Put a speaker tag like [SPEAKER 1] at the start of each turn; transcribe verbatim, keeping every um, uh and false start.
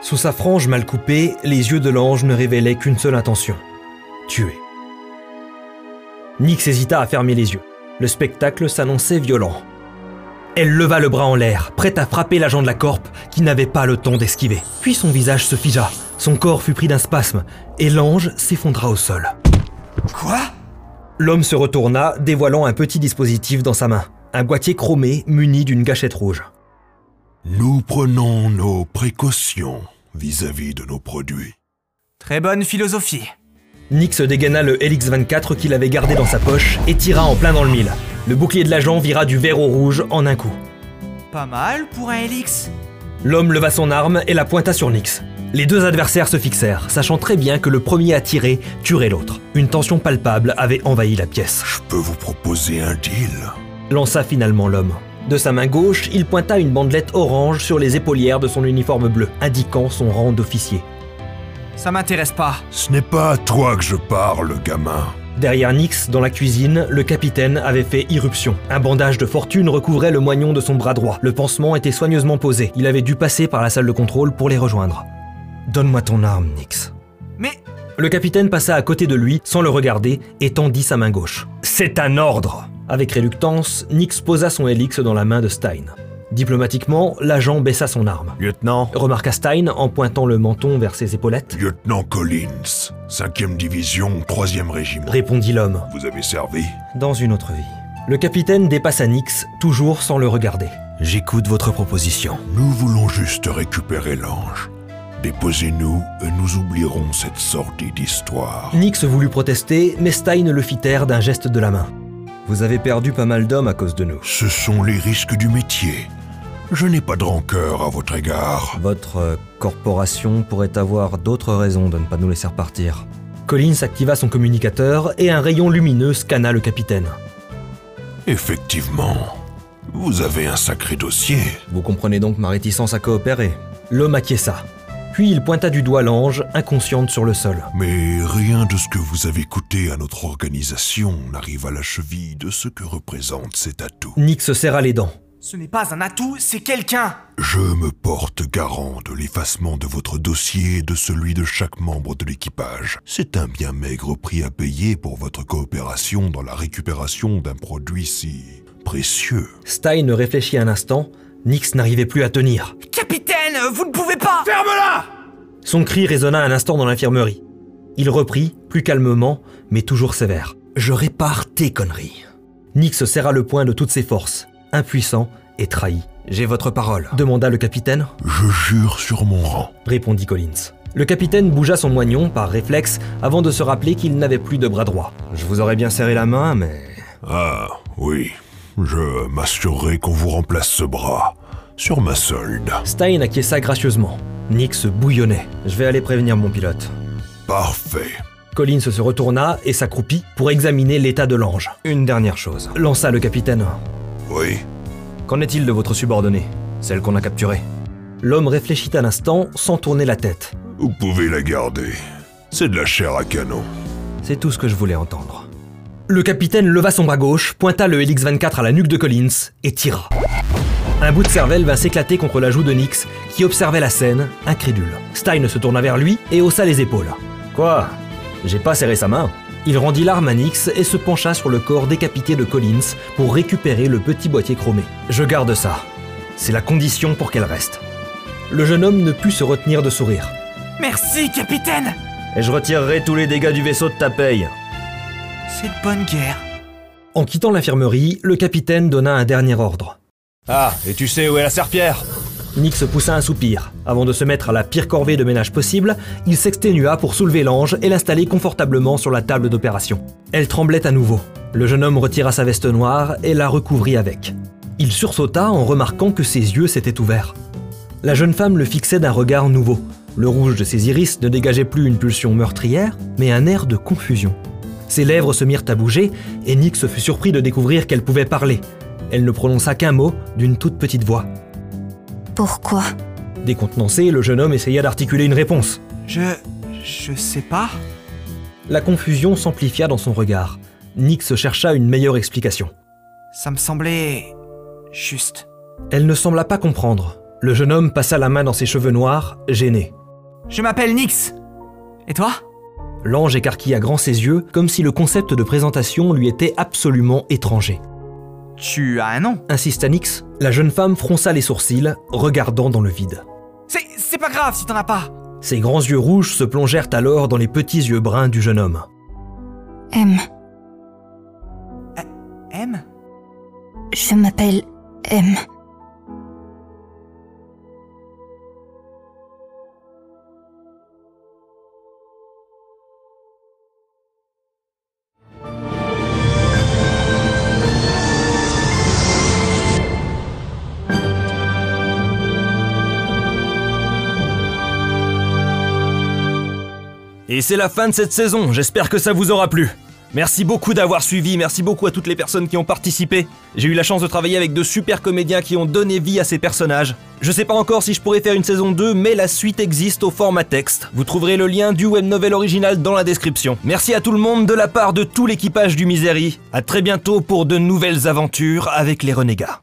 [SPEAKER 1] Sous sa frange mal coupée, les yeux de l'ange ne révélaient qu'une seule intention. Tuer. Nyx hésita à fermer les yeux. Le spectacle s'annonçait violent. Elle leva le bras en l'air, prête à frapper l'agent de la Corp, qui n'avait pas le temps d'esquiver. Puis son visage se figea, son corps fut pris d'un spasme, et l'ange s'effondra au sol.
[SPEAKER 2] Quoi ?
[SPEAKER 1] L'homme se retourna, dévoilant un petit dispositif dans sa main, un boîtier chromé muni d'une gâchette rouge.
[SPEAKER 3] Nous prenons nos précautions vis-à-vis de nos produits.
[SPEAKER 2] Très bonne philosophie.
[SPEAKER 1] Nyx dégaina le L X vingt-quatre qu'il avait gardé dans sa poche et tira en plein dans le mille. Le bouclier de l'agent vira du vert au rouge en un coup.
[SPEAKER 2] Pas mal pour un L X.
[SPEAKER 1] L'homme leva son arme et la pointa sur Nyx. Les deux adversaires se fixèrent, sachant très bien que le premier à tirer tuerait l'autre. Une tension palpable avait envahi la pièce.
[SPEAKER 3] Je peux vous proposer un deal ?
[SPEAKER 1] Lança finalement l'homme. De sa main gauche, il pointa une bandelette orange sur les épaulières de son uniforme bleu, indiquant son rang d'officier.
[SPEAKER 2] Ça m'intéresse pas.
[SPEAKER 3] Ce n'est pas à toi que je parle, gamin.
[SPEAKER 1] Derrière Nyx, dans la cuisine, le capitaine avait fait irruption. Un bandage de fortune recouvrait le moignon de son bras droit. Le pansement était soigneusement posé. Il avait dû passer par la salle de contrôle pour les rejoindre. « Donne-moi ton arme, Nyx. »
[SPEAKER 2] Mais...
[SPEAKER 1] Le capitaine passa à côté de lui, sans le regarder, et tendit sa main gauche. « C'est un ordre !» Avec réluctance, Nyx posa son L X dans la main de Stein. Diplomatiquement, l'agent baissa son arme. «
[SPEAKER 3] Lieutenant !»
[SPEAKER 1] remarqua Stein en pointant le menton vers ses épaulettes.
[SPEAKER 3] « Lieutenant Collins, cinquième division, troisième régiment. »
[SPEAKER 1] répondit l'homme.
[SPEAKER 3] « Vous avez servi ?»«
[SPEAKER 1] Dans une autre vie. » Le capitaine dépassa Nyx, toujours sans le regarder. « J'écoute votre proposition. »
[SPEAKER 3] « Nous voulons juste récupérer l'ange. Déposez-nous et nous oublierons cette sordide histoire. »
[SPEAKER 1] Nyx voulut protester, mais Stein le fit taire d'un geste de la main. « Vous avez perdu pas mal d'hommes à cause de nous. »«
[SPEAKER 3] Ce sont les risques du métier. Je n'ai pas de rancœur à votre égard. »
[SPEAKER 1] Votre euh, corporation pourrait avoir d'autres raisons de ne pas nous laisser repartir. Collins activa son communicateur et un rayon lumineux scanna le capitaine.
[SPEAKER 3] « Effectivement, vous avez un sacré dossier. »
[SPEAKER 1] Vous comprenez donc ma réticence à coopérer. L'homme acquiesça. Puis il pointa du doigt l'ange, inconsciente sur le sol.
[SPEAKER 3] « Mais rien de ce que vous avez coûté à notre organisation n'arrive à la cheville de ce que représente cet atout. »
[SPEAKER 1] Nyx serra les dents.
[SPEAKER 2] Ce n'est pas un atout, c'est quelqu'un.
[SPEAKER 3] Je me porte garant de l'effacement de votre dossier et de celui de chaque membre de l'équipage. C'est un bien maigre prix à payer pour votre coopération dans la récupération d'un produit si précieux.
[SPEAKER 1] Stein réfléchit un instant. Nyx n'arrivait plus à tenir.
[SPEAKER 2] Capitaine, vous ne pouvez pas. Ferme-la.
[SPEAKER 1] Son cri résonna un instant dans l'infirmerie. Il reprit, plus calmement, mais toujours sévère. « Je répare tes conneries. » Nyx serra le poing de toutes ses forces, impuissant et trahi. « J'ai votre parole ?» demanda le capitaine.
[SPEAKER 3] « Je jure sur mon rang »
[SPEAKER 1] répondit Collins. Le capitaine bougea son moignon par réflexe avant de se rappeler qu'il n'avait plus de bras droit. « Je vous aurais bien serré la main, mais... »
[SPEAKER 3] Ah, oui. Je m'assurerai qu'on vous remplace ce bras. Sur ma solde.
[SPEAKER 1] Stein acquiesça gracieusement. Nyx bouillonnait. « Je vais aller prévenir mon pilote. »
[SPEAKER 3] Parfait.
[SPEAKER 1] Collins se retourna et s'accroupit pour examiner l'état de l'ange. « Une dernière chose. » lança le capitaine.
[SPEAKER 3] « Oui. »
[SPEAKER 1] « Qu'en est-il de votre subordonnée, celle qu'on a capturée ?» L'homme réfléchit un instant sans tourner la tête.
[SPEAKER 3] « Vous pouvez la garder. C'est de la chair à canon. »
[SPEAKER 1] C'est tout ce que je voulais entendre. Le capitaine leva son bras gauche, pointa le L X vingt-quatre à la nuque de Collins et tira. Un bout de cervelle vint s'éclater contre la joue de Nyx, qui observait la scène, incrédule. Stein se tourna vers lui et haussa les épaules. « Quoi ? J'ai pas serré sa main ?» Il rendit l'arme à Nyx et se pencha sur le corps décapité de Collins pour récupérer le petit boîtier chromé. « Je garde ça. C'est la condition pour qu'elle reste. » Le jeune homme ne put se retenir de sourire.
[SPEAKER 2] « Merci, capitaine !»«
[SPEAKER 1] Et je retirerai tous les dégâts du vaisseau de ta paye. »
[SPEAKER 2] C'est de bonne guerre.
[SPEAKER 1] En quittant l'infirmerie, le capitaine donna un dernier ordre. « Ah, et tu sais où est la serpillère ?» Nyx poussa un soupir. Avant de se mettre à la pire corvée de ménage possible, il s'exténua pour soulever l'ange et l'installer confortablement sur la table d'opération. Elle tremblait à nouveau. Le jeune homme retira sa veste noire et la recouvrit avec. Il sursauta en remarquant que ses yeux s'étaient ouverts. La jeune femme le fixait d'un regard nouveau. Le rouge de ses iris ne dégageait plus une pulsion meurtrière, mais un air de confusion. Ses lèvres se mirent à bouger et Nyx fut surpris de découvrir qu'elle pouvait parler. Elle ne prononça qu'un mot d'une toute petite voix.
[SPEAKER 4] Pourquoi ?
[SPEAKER 1] Décontenancé, le jeune homme essaya d'articuler une réponse.
[SPEAKER 2] Je... je sais pas.
[SPEAKER 1] La confusion s'amplifia dans son regard. Nyx chercha une meilleure explication.
[SPEAKER 2] Ça me semblait... juste.
[SPEAKER 1] Elle ne sembla pas comprendre. Le jeune homme passa la main dans ses cheveux noirs, gêné.
[SPEAKER 2] Je m'appelle Nyx. Et toi?
[SPEAKER 1] L'ange écarquilla grand ses yeux, comme si le concept de présentation lui était absolument étranger.
[SPEAKER 2] Tu as un nom?
[SPEAKER 1] Insista Nyx. La jeune femme fronça les sourcils, regardant dans le vide.
[SPEAKER 2] C'est... c'est pas grave si t'en as pas.
[SPEAKER 1] Ses grands yeux rouges se plongèrent alors dans les petits yeux bruns du jeune homme.
[SPEAKER 4] M.
[SPEAKER 2] M?
[SPEAKER 4] Je m'appelle M.
[SPEAKER 1] Et c'est la fin de cette saison, j'espère que ça vous aura plu. Merci beaucoup d'avoir suivi, merci beaucoup à toutes les personnes qui ont participé. J'ai eu la chance de travailler avec de super comédiens qui ont donné vie à ces personnages. Je sais pas encore si je pourrais faire une saison deux, mais la suite existe au format texte. Vous trouverez le lien du web novel original dans la description. Merci à tout le monde de la part de tout l'équipage du Misery. À très bientôt pour de nouvelles aventures avec les renégats.